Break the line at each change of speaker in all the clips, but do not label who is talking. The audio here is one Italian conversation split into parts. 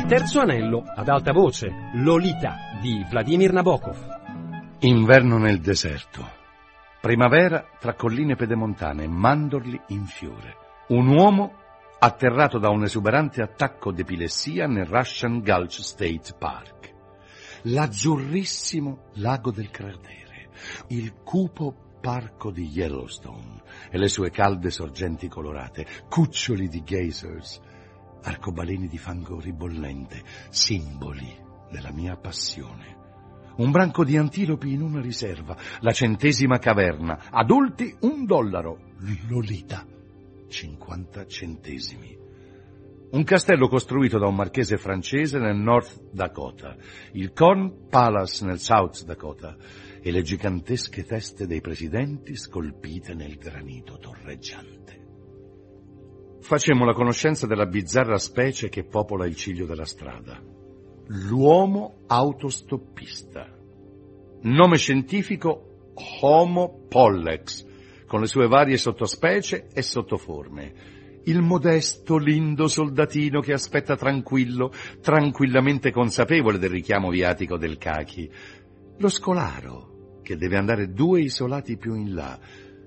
Terzo anello, ad alta voce, Lolita, di Vladimir Nabokov.
Inverno nel deserto. Primavera tra colline pedemontane, mandorli in fiore. Un uomo atterrato da un esuberante attacco d'epilessia nel Russian Gulch State Park. L'azzurrissimo lago del cratere, il cupo parco di Yellowstone e le sue calde sorgenti colorate, cuccioli di geysers, arcobaleni di fango ribollente, simboli della mia passione. Un branco di antilopi in una riserva, la 100ª caverna, adulti $1, Lolita, 50 centesimi. Un castello costruito da un marchese francese nel North Dakota, il Corn Palace nel South Dakota e le gigantesche teste dei presidenti scolpite nel granito torreggiante. Facemmo la conoscenza della bizzarra specie che popola il ciglio della strada. L'uomo autostoppista. Nome scientifico Homo pollex, con le sue varie sottospecie e sottoforme. Il modesto, lindo soldatino che aspetta tranquillo, tranquillamente consapevole del richiamo viatico del cachi. Lo scolaro, che deve andare 2 isolati più in là.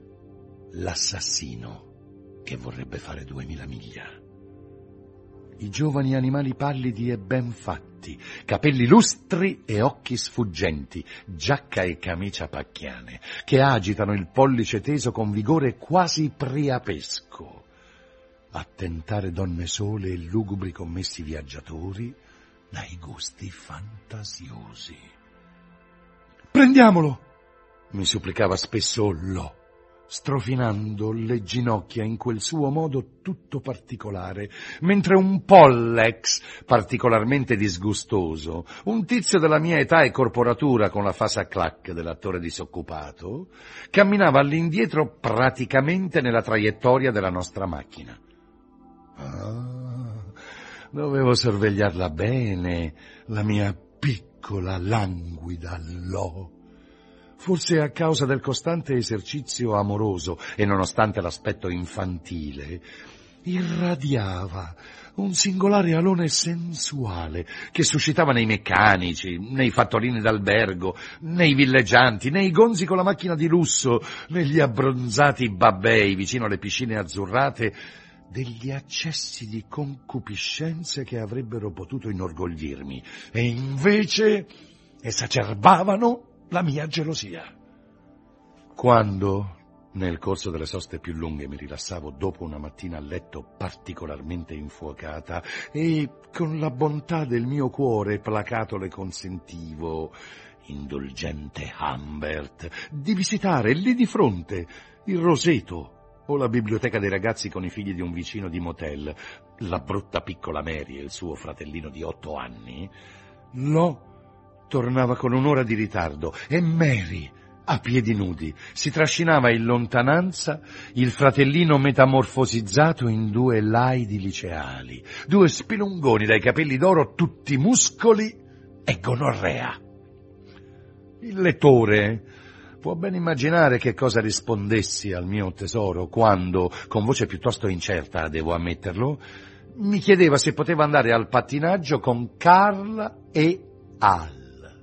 L'assassino, che vorrebbe fare 2000 miglia. I giovani animali pallidi e ben fatti, capelli lustri e occhi sfuggenti, giacca e camicia pacchiane, che agitano il pollice teso con vigore quasi priapesco. A tentare donne sole e lugubri commessi viaggiatori dai gusti fantasiosi. «Prendiamolo!» mi supplicava spesso Lo, strofinando le ginocchia in quel suo modo tutto particolare, mentre un pollex particolarmente disgustoso, un tizio della mia età e corporatura con la face à claque dell'attore disoccupato, camminava all'indietro praticamente nella traiettoria della nostra macchina. Ah, dovevo sorvegliarla bene, la mia piccola, languida Lo. Forse a causa del costante esercizio amoroso e nonostante l'aspetto infantile, irradiava un singolare alone sensuale che suscitava nei meccanici, nei fattorini d'albergo, nei villeggianti, nei gonzi con la macchina di lusso, negli abbronzati babbei vicino alle piscine azzurrate, degli accessi di concupiscenze che avrebbero potuto inorgoglirmi e invece esacerbavano la mia gelosia. Quando, nel corso delle soste più lunghe, mi rilassavo dopo una mattina a letto particolarmente infuocata e con la bontà del mio cuore placato le consentivo, indulgente Humbert, di visitare lì di fronte il Roseto o la biblioteca dei ragazzi con i figli di un vicino di motel, la brutta piccola Mary e il suo fratellino di 8 anni, Lo tornava con un'ora di ritardo e Mary, a piedi nudi, si trascinava in lontananza il fratellino metamorfosizzato in 2 laidi liceali, 2 spilungoni dai capelli d'oro tutti muscoli e gonorrea. Il lettore può ben immaginare che cosa rispondessi al mio tesoro quando, con voce piuttosto incerta, devo ammetterlo, mi chiedeva se poteva andare al pattinaggio con Carla e Al.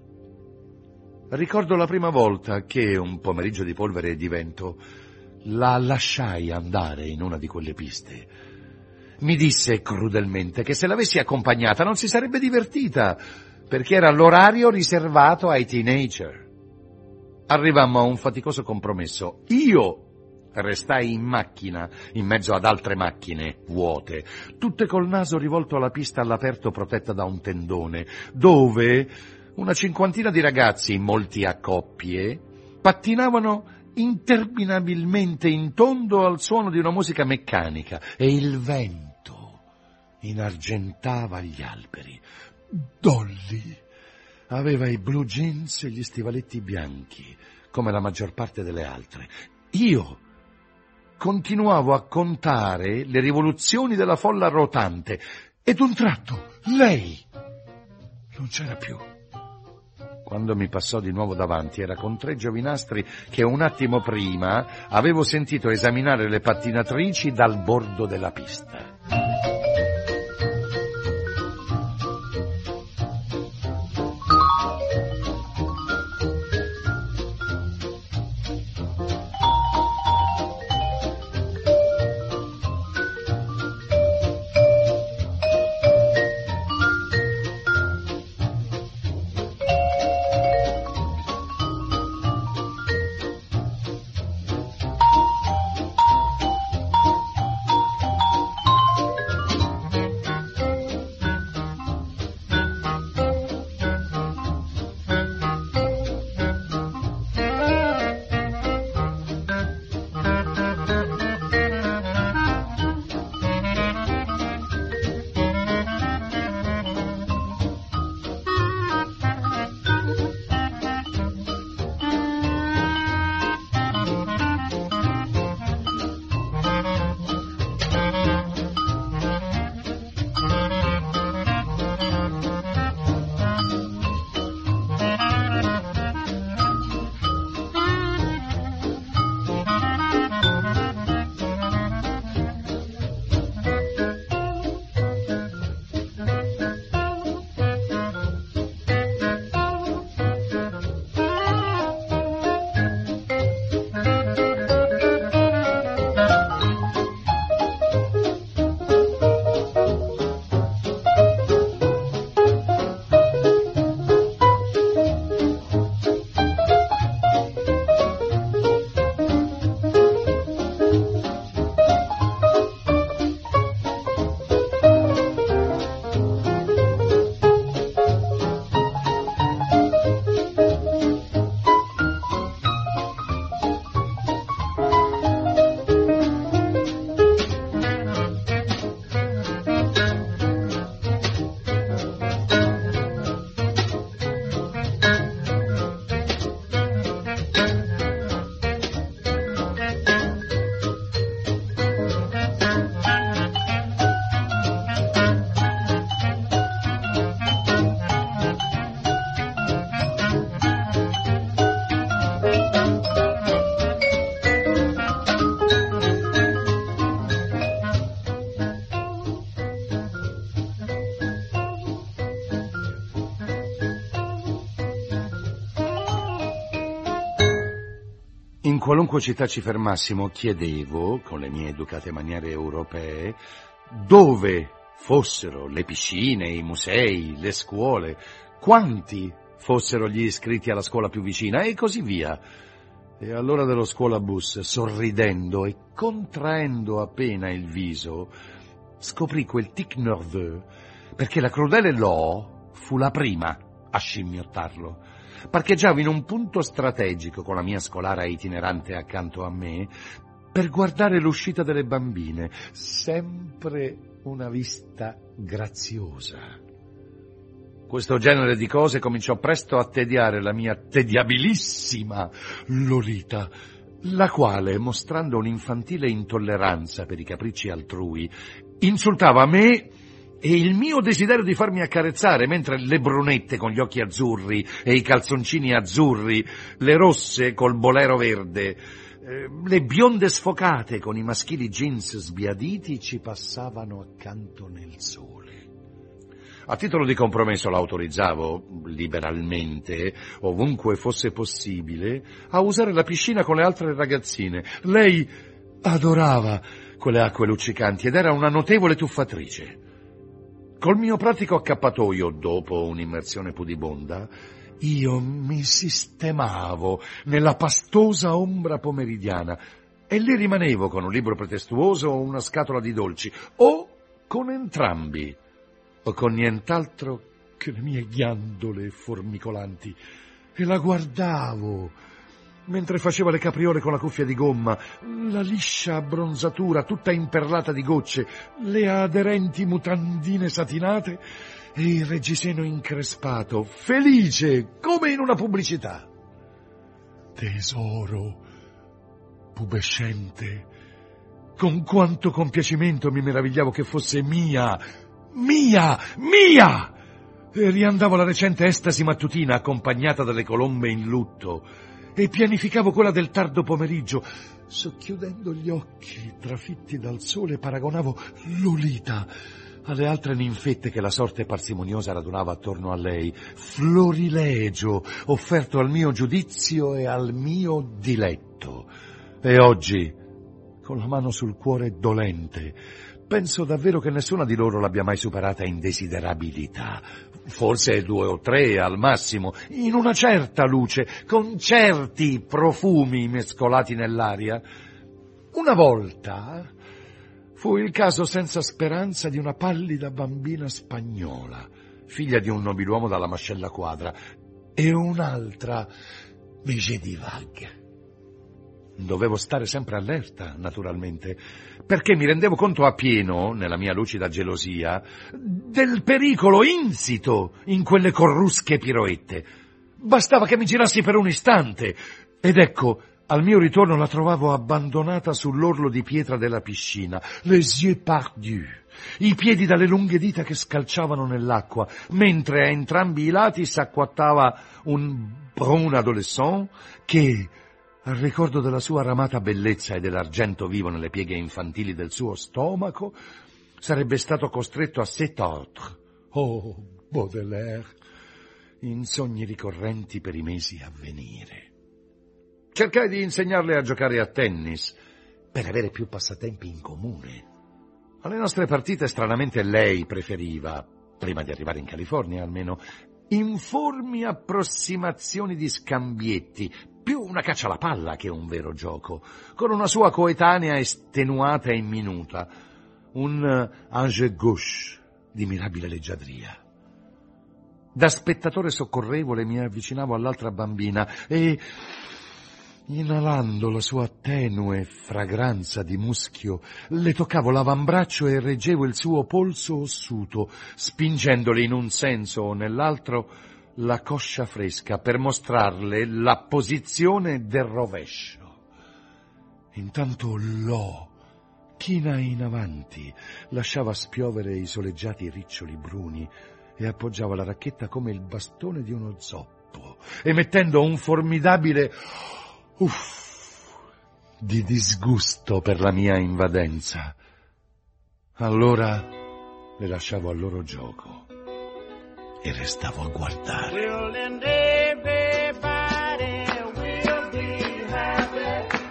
Ricordo la prima volta che, un pomeriggio di polvere e di vento, la lasciai andare in una di quelle piste. Mi disse crudelmente che se l'avessi accompagnata non si sarebbe divertita, perché era l'orario riservato ai teenager. Arrivammo a un faticoso compromesso. Io restai in macchina, in mezzo ad altre macchine vuote, tutte col naso rivolto alla pista all'aperto protetta da un tendone, dove una 50ina di ragazzi, molti a coppie, pattinavano interminabilmente in tondo al suono di una musica meccanica e il vento inargentava gli alberi. Dolly aveva i blue jeans e gli stivaletti bianchi, come la maggior parte delle altre. Io continuavo a contare le rivoluzioni della folla rotante e d'un tratto lei non c'era più. Quando mi passò di nuovo davanti era con 3 giovinastri che un attimo prima avevo sentito esaminare le pattinatrici dal bordo della pista. qualunque città ci fermassimo, chiedevo, con le mie educate maniere europee, dove fossero le piscine, i musei, le scuole, quanti fossero gli iscritti alla scuola più vicina e così via. E all'ora dello scuolabus, sorridendo e contraendo appena il viso, scoprì quel tic nerveux, perché la crudele Law fu la prima a scimmiottarlo. Parcheggiavo in un punto strategico con la mia scolara itinerante accanto a me per guardare l'uscita delle bambine, sempre una vista graziosa. Questo genere di cose cominciò presto a tediare la mia tediabilissima Lolita, la quale, mostrando un'infantile intolleranza per i capricci altrui, insultava me e il mio desiderio di farmi accarezzare, mentre le brunette con gli occhi azzurri e i calzoncini azzurri, le rosse col bolero verde, le bionde sfocate con i maschili jeans sbiaditi ci passavano accanto nel sole. A titolo di compromesso l'autorizzavo, liberalmente, ovunque fosse possibile, a usare la piscina con le altre ragazzine. Lei adorava quelle acque luccicanti ed era una notevole tuffatrice. Col mio pratico accappatoio, dopo un'immersione pudibonda, io mi sistemavo nella pastosa ombra pomeridiana e lì rimanevo con un libro pretestuoso o una scatola di dolci, o con entrambi, o con nient'altro che le mie ghiandole formicolanti, e la guardavo mentre faceva le capriole con la cuffia di gomma, la liscia abbronzatura tutta imperlata di gocce, le aderenti mutandine satinate e il reggiseno increspato, felice come in una pubblicità. Tesoro pubescente, con quanto compiacimento mi meravigliavo che fosse mia! E riandavo alla recente estasi mattutina accompagnata dalle colombe in lutto e pianificavo quella del tardo pomeriggio. Socchiudendo gli occhi trafitti dal sole paragonavo Lolita alle altre ninfette che la sorte parsimoniosa radunava attorno a lei, florilegio offerto al mio giudizio e al mio diletto. E oggi, con la mano sul cuore dolente, penso davvero che nessuna di loro l'abbia mai superata in desiderabilità. Forse 2 o 3 al massimo, in una certa luce, con certi profumi mescolati nell'aria. Una volta fu il caso senza speranza di una pallida bambina spagnola, figlia di un nobiluomo dalla mascella quadra, e un'altra Vigée di Vague. Dovevo stare sempre allerta, naturalmente, perché mi rendevo conto appieno, nella mia lucida gelosia, del pericolo insito in quelle corrusche piroette. Bastava che mi girassi per un istante, ed ecco, al mio ritorno la trovavo abbandonata sull'orlo di pietra della piscina, les yeux perdus, i piedi dalle lunghe dita che scalciavano nell'acqua, mentre a entrambi i lati s'acquattava un brun adolescent che, al ricordo della sua ramata bellezza e dell'argento vivo nelle pieghe infantili del suo stomaco, sarebbe stato costretto a s'étendre. Oh, Baudelaire, in sogni ricorrenti per i mesi a venire. Cercai di insegnarle a giocare a tennis, per avere più passatempi in comune. Alle nostre partite, stranamente, lei preferiva, prima di arrivare in California almeno, informi approssimazioni di scambietti, più una caccia alla palla che un vero gioco, con una sua coetanea estenuata e minuta, un ange gauche di mirabile leggiadria. Da spettatore soccorrevole mi avvicinavo all'altra bambina e, inalando la sua tenue fragranza di muschio, le toccavo l'avambraccio e reggevo il suo polso ossuto, spingendole in un senso o nell'altro la coscia fresca per mostrarle la posizione del rovescio. Intanto china in avanti, lasciava spiovere i soleggiati riccioli bruni e appoggiava la racchetta come il bastone di uno zoppo, emettendo un formidabile di disgusto per la mia invadenza. Allora le lasciavo al loro gioco e restavo a guardare.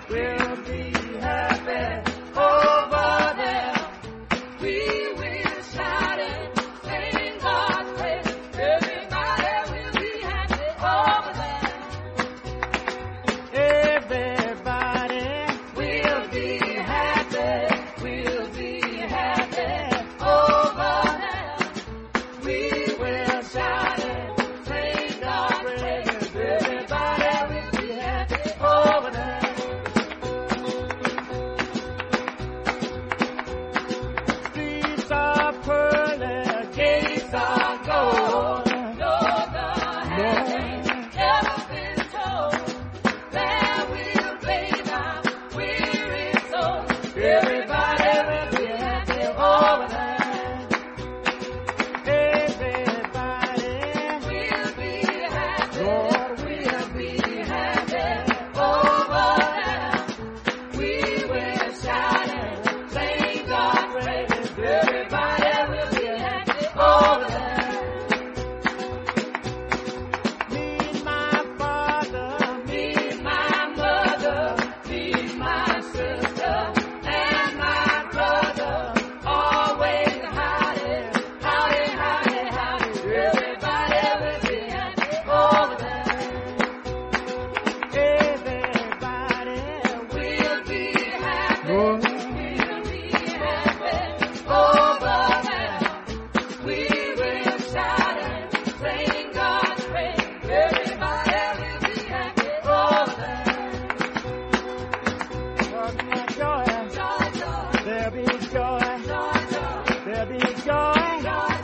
There'll be joy,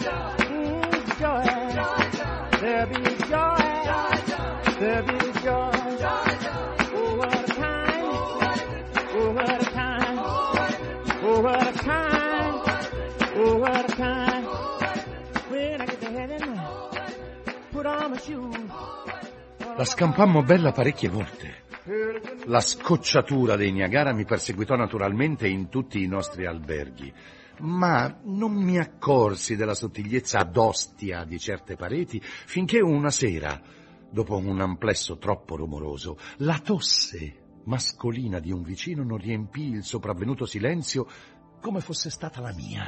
joy. There'll be joy, there'll be joy. Oh, what a time, oh, what a time, oh, what a time, oh, what a time. When I get to heaven, put on my shoes.
La scampammo bella parecchie volte. La scocciatura dei Niagara mi perseguitò naturalmente in tutti i nostri alberghi, ma non mi accorsi della sottigliezza d'ostia di certe pareti finché una sera, dopo un amplesso troppo rumoroso, la tosse mascolina di un vicino non riempì il sopravvenuto silenzio come fosse stata la mia.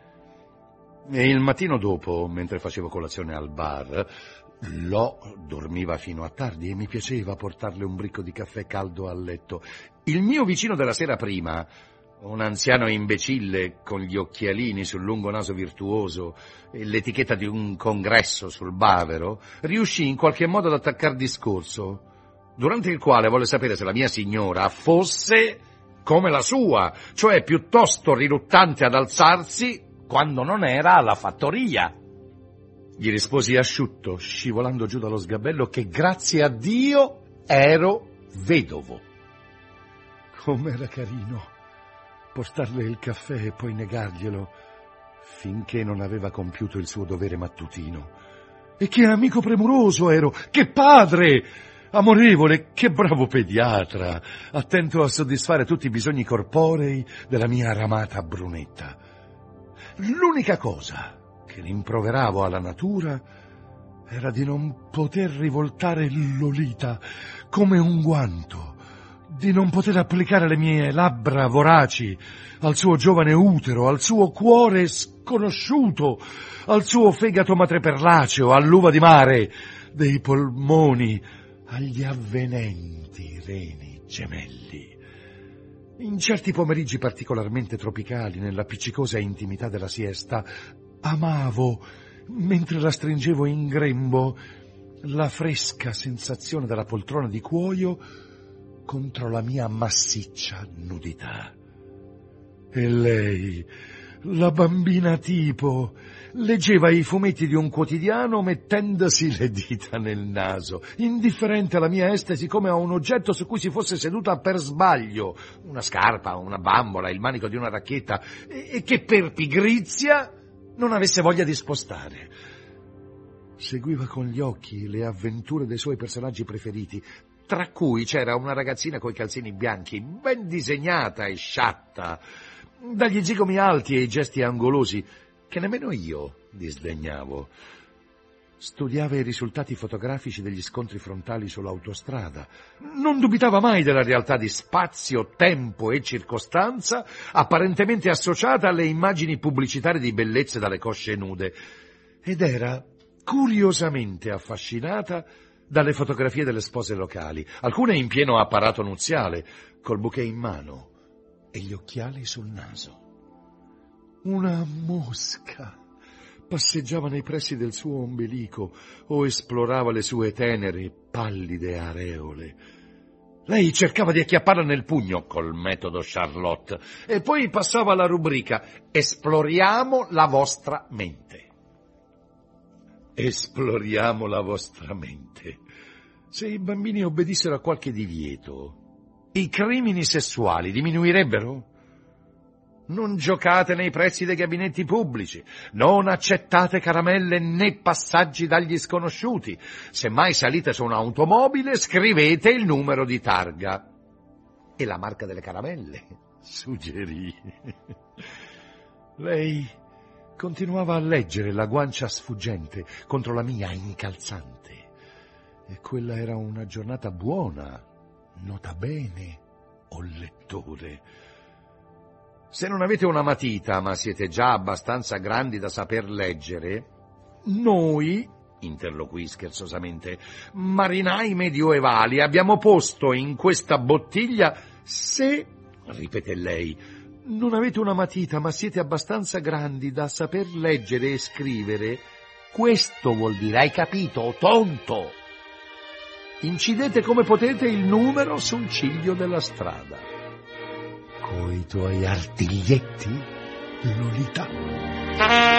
E il mattino dopo, mentre facevo colazione al bar, Lo dormiva fino a tardi e mi piaceva portarle un bricco di caffè caldo al letto. Il mio vicino della sera prima, un anziano imbecille con gli occhialini sul lungo naso virtuoso e l'etichetta di un congresso sul bavero, riuscì in qualche modo ad attaccar discorso, durante il quale volle sapere se la mia signora fosse come la sua, cioè piuttosto riluttante ad alzarsi quando non era alla fattoria. Gli risposi asciutto, scivolando giù dallo sgabello, che grazie a Dio ero vedovo. Com'era carino portarle il caffè e poi negarglielo finché non aveva compiuto il suo dovere mattutino. E che amico premuroso ero, che padre amorevole, che bravo pediatra, attento a soddisfare tutti i bisogni corporei della mia ramata brunetta. L'unica cosa che rimproveravo alla natura era di non poter rivoltare Lolita come un guanto, di non poter applicare le mie labbra voraci al suo giovane utero, al suo cuore sconosciuto, al suo fegato madreperlaceo, all'uva di mare dei polmoni, agli avvenenti reni gemelli. In certi pomeriggi particolarmente tropicali, nell'appiccicosa intimità della siesta, amavo, mentre la stringevo in grembo, la fresca sensazione della poltrona di cuoio contro la mia massiccia nudità. E lei, la bambina tipo, leggeva i fumetti di un quotidiano mettendosi le dita nel naso, indifferente alla mia estasi come a un oggetto su cui si fosse seduta per sbaglio, una scarpa, una bambola, il manico di una racchetta, e che per pigrizia non avesse voglia di spostare. Seguiva con gli occhi le avventure dei suoi personaggi preferiti, tra cui c'era una ragazzina coi calzini bianchi, ben disegnata e sciatta, dagli zigomi alti e i gesti angolosi, che nemmeno io disdegnavo. Studiava i risultati fotografici degli scontri frontali sull'autostrada. Non dubitava mai della realtà di spazio, tempo e circostanza apparentemente associata alle immagini pubblicitarie di bellezze dalle cosce nude. Ed era curiosamente affascinata dalle fotografie delle spose locali, alcune in pieno apparato nuziale, col bouquet in mano e gli occhiali sul naso. Una mosca passeggiava nei pressi del suo ombelico o esplorava le sue tenere, pallide areole. Lei cercava di acchiapparla nel pugno col metodo Charlotte e poi passava alla rubrica «Esploriamo la vostra mente». Esploriamo la vostra mente. Se i bambini obbedissero a qualche divieto, i crimini sessuali diminuirebbero? Non giocate nei prezzi dei gabinetti pubblici, non accettate caramelle né passaggi dagli sconosciuti. Se mai salite su un'automobile, scrivete il numero di targa. E la marca delle caramelle, suggerì. Lei continuava a leggere la guancia sfuggente contro la mia incalzante. E quella era una giornata buona, nota bene, o lettore. Se non avete una matita, ma siete già abbastanza grandi da saper leggere, noi, interloquì scherzosamente, marinai medioevali, abbiamo posto in questa bottiglia, se, ripete lei, non avete una matita, ma siete abbastanza grandi da saper leggere e scrivere, questo vuol dire, hai capito, tonto? Incidete come potete il numero sul ciglio della strada. Coi tuoi artiglietti Lolita.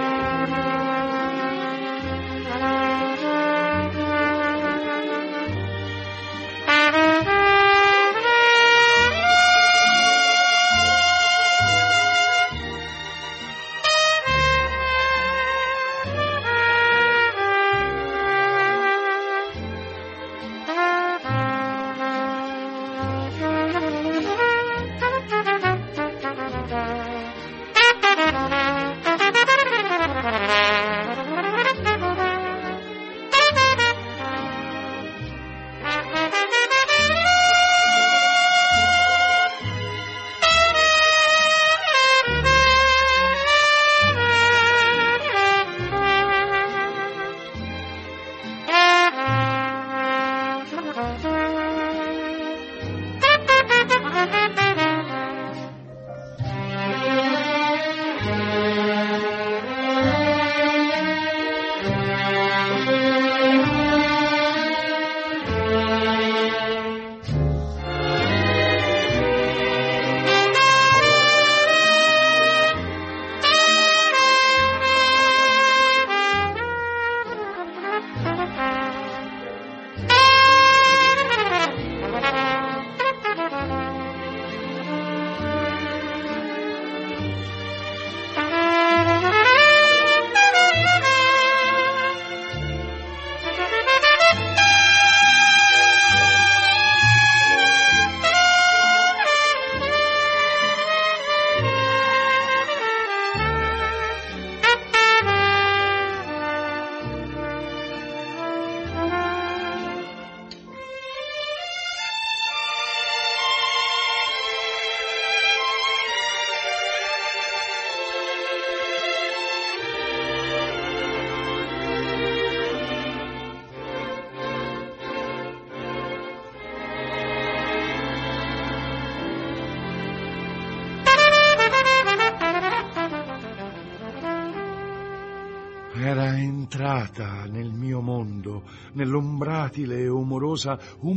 Era entrata nel mio mondo, nell'ombratile e umorosa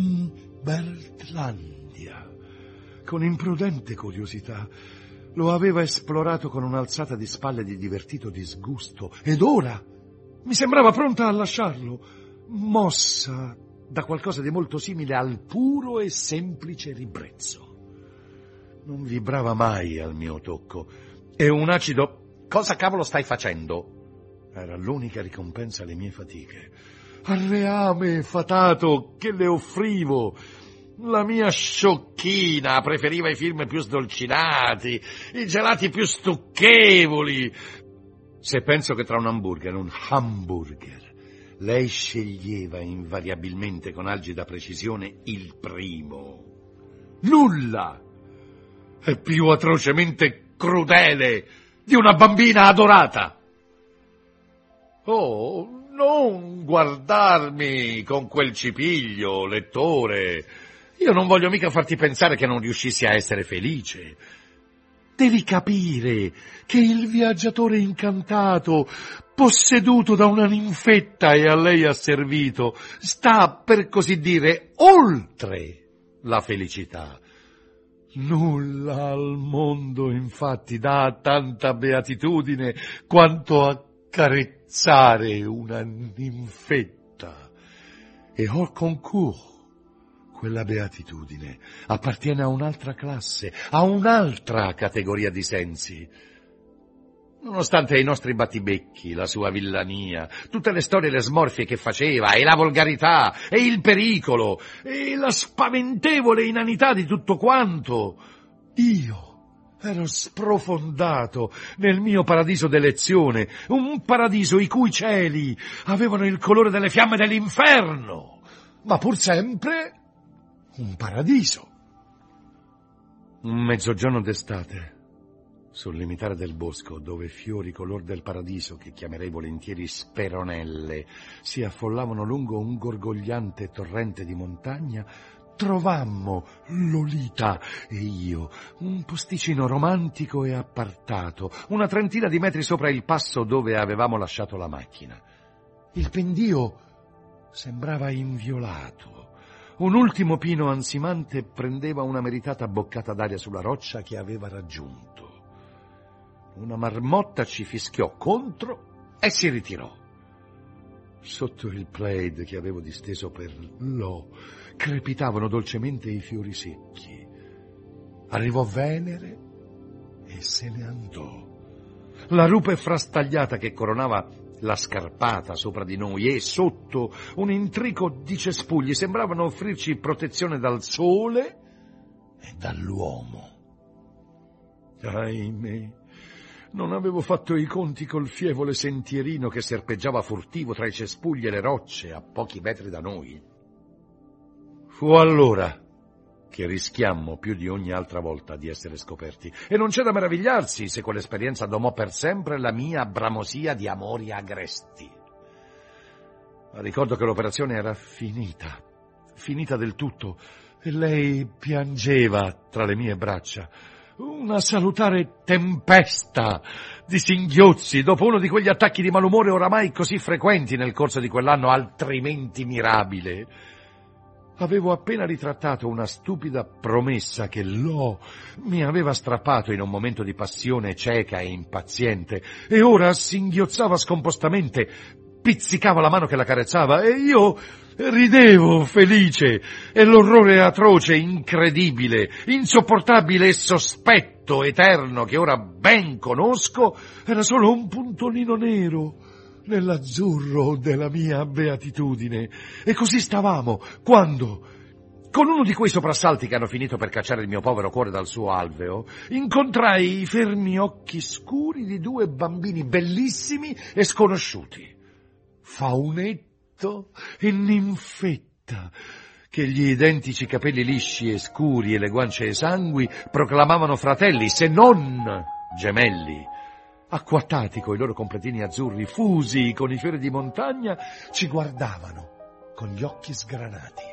Umbertlandia. Con imprudente curiosità lo aveva esplorato con un'alzata di spalle di divertito disgusto, ed ora mi sembrava pronta a lasciarlo, mossa da qualcosa di molto simile al puro e semplice ribrezzo. Non vibrava mai al mio tocco, e un acido "cosa cavolo stai facendo?" era l'unica ricompensa alle mie fatiche. Al reame fatato che le offrivo, la mia sciocchina preferiva i film più sdolcinati, i gelati più stucchevoli. Se penso che tra un hamburger e un hamburger lei sceglieva invariabilmente con algida precisione il primo, nulla è più atrocemente crudele di una bambina adorata. Oh, non guardarmi con quel cipiglio, lettore. Io non voglio mica farti pensare che non riuscissi a essere felice. Devi capire che il viaggiatore incantato, posseduto da una ninfetta e a lei asservito, sta, per così dire, oltre la felicità. Nulla al mondo, infatti, dà tanta beatitudine quanto accarezzare una ninfetta. E hors concours, quella beatitudine appartiene a un'altra classe, a un'altra categoria di sensi. Nonostante i nostri battibecchi, la sua villania, tutte le storie e le smorfie che faceva, e la volgarità, e il pericolo, e la spaventevole inanità di tutto quanto, io ero sprofondato nel mio paradiso d'elezione, un paradiso i cui cieli avevano il colore delle fiamme dell'inferno, ma pur sempre un paradiso. Un mezzogiorno d'estate, sul limitare del bosco, dove fiori color del paradiso, che chiamerei volentieri speronelle, si affollavano lungo un gorgogliante torrente di montagna, trovammo Lolita e io, un posticino romantico e appartato, una trentina di metri sopra il passo dove avevamo lasciato la macchina. Il pendio sembrava inviolato. Un ultimo pino ansimante prendeva una meritata boccata d'aria sulla roccia che aveva raggiunto. Una marmotta ci fischiò contro e si ritirò. Sotto il plaid che avevo disteso per Lo crepitavano dolcemente i fiori secchi. Arrivò Venere e se ne andò. La rupe frastagliata che coronava la scarpata sopra di noi e sotto un intrico di cespugli sembravano offrirci protezione dal sole e dall'uomo. Ahimè, non avevo fatto i conti col fievole sentierino che serpeggiava furtivo tra i cespugli e le rocce a pochi metri da noi. Fu allora che rischiammo più di ogni altra volta di essere scoperti, e non c'è da meravigliarsi se quell'esperienza domò per sempre la mia bramosia di amori agresti. Ma ricordo che l'operazione era finita del tutto, e lei piangeva tra le mie braccia. Una salutare tempesta di singhiozzi dopo uno di quegli attacchi di malumore oramai così frequenti nel corso di quell'anno altrimenti mirabile. Avevo appena ritrattato una stupida promessa che Lo mi aveva strappato in un momento di passione cieca e impaziente, e ora singhiozzava scompostamente, pizzicava la mano che la carezzava, e io ridevo felice, e l'orrore atroce, incredibile, insopportabile e sospetto eterno che ora ben conosco era solo un puntolino nero nell'azzurro della mia beatitudine. E così stavamo quando, con uno di quei soprassalti che hanno finito per cacciare il mio povero cuore dal suo alveo, incontrai i fermi occhi scuri di due bambini bellissimi e sconosciuti, Faunetto e Ninfetta, che gli identici capelli lisci e scuri e le guance esangui proclamavano fratelli, se non gemelli. Acquattati coi loro completini azzurri, fusi con i fiori di montagna, ci guardavano con gli occhi sgranati.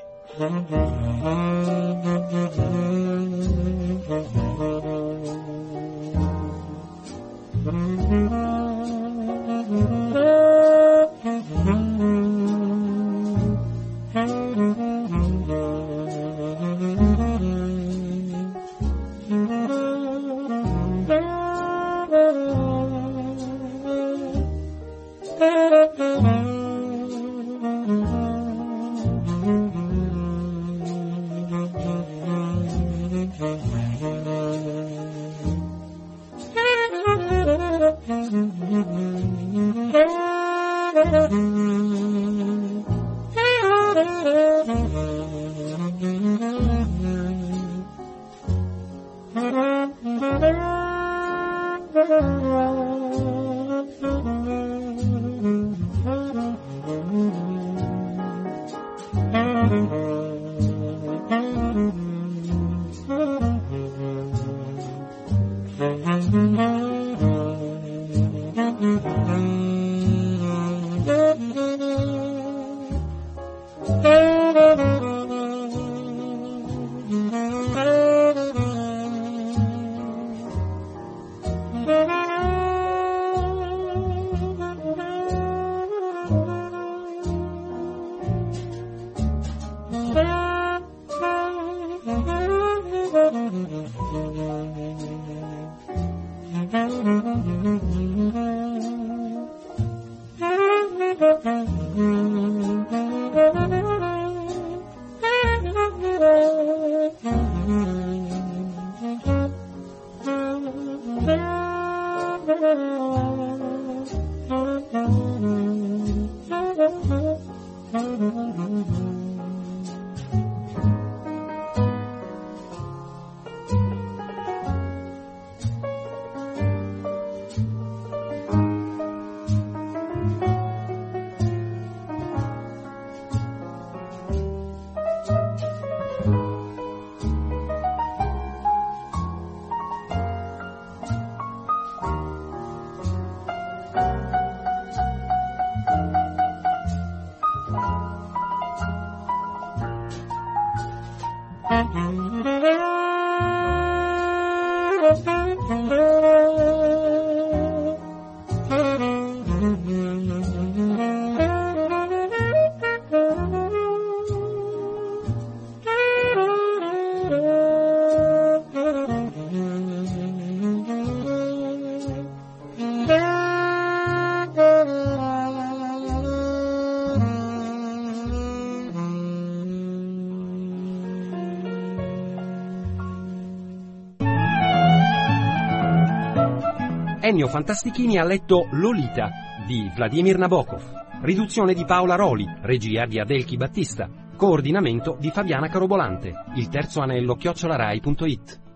Ennio Fantastichini ha letto Lolita di Vladimir Nabokov. Riduzione di Paola Roli, regia di Adelchi Battista, coordinamento di Fabiana Carobolante. Il terzo anello @rai.it.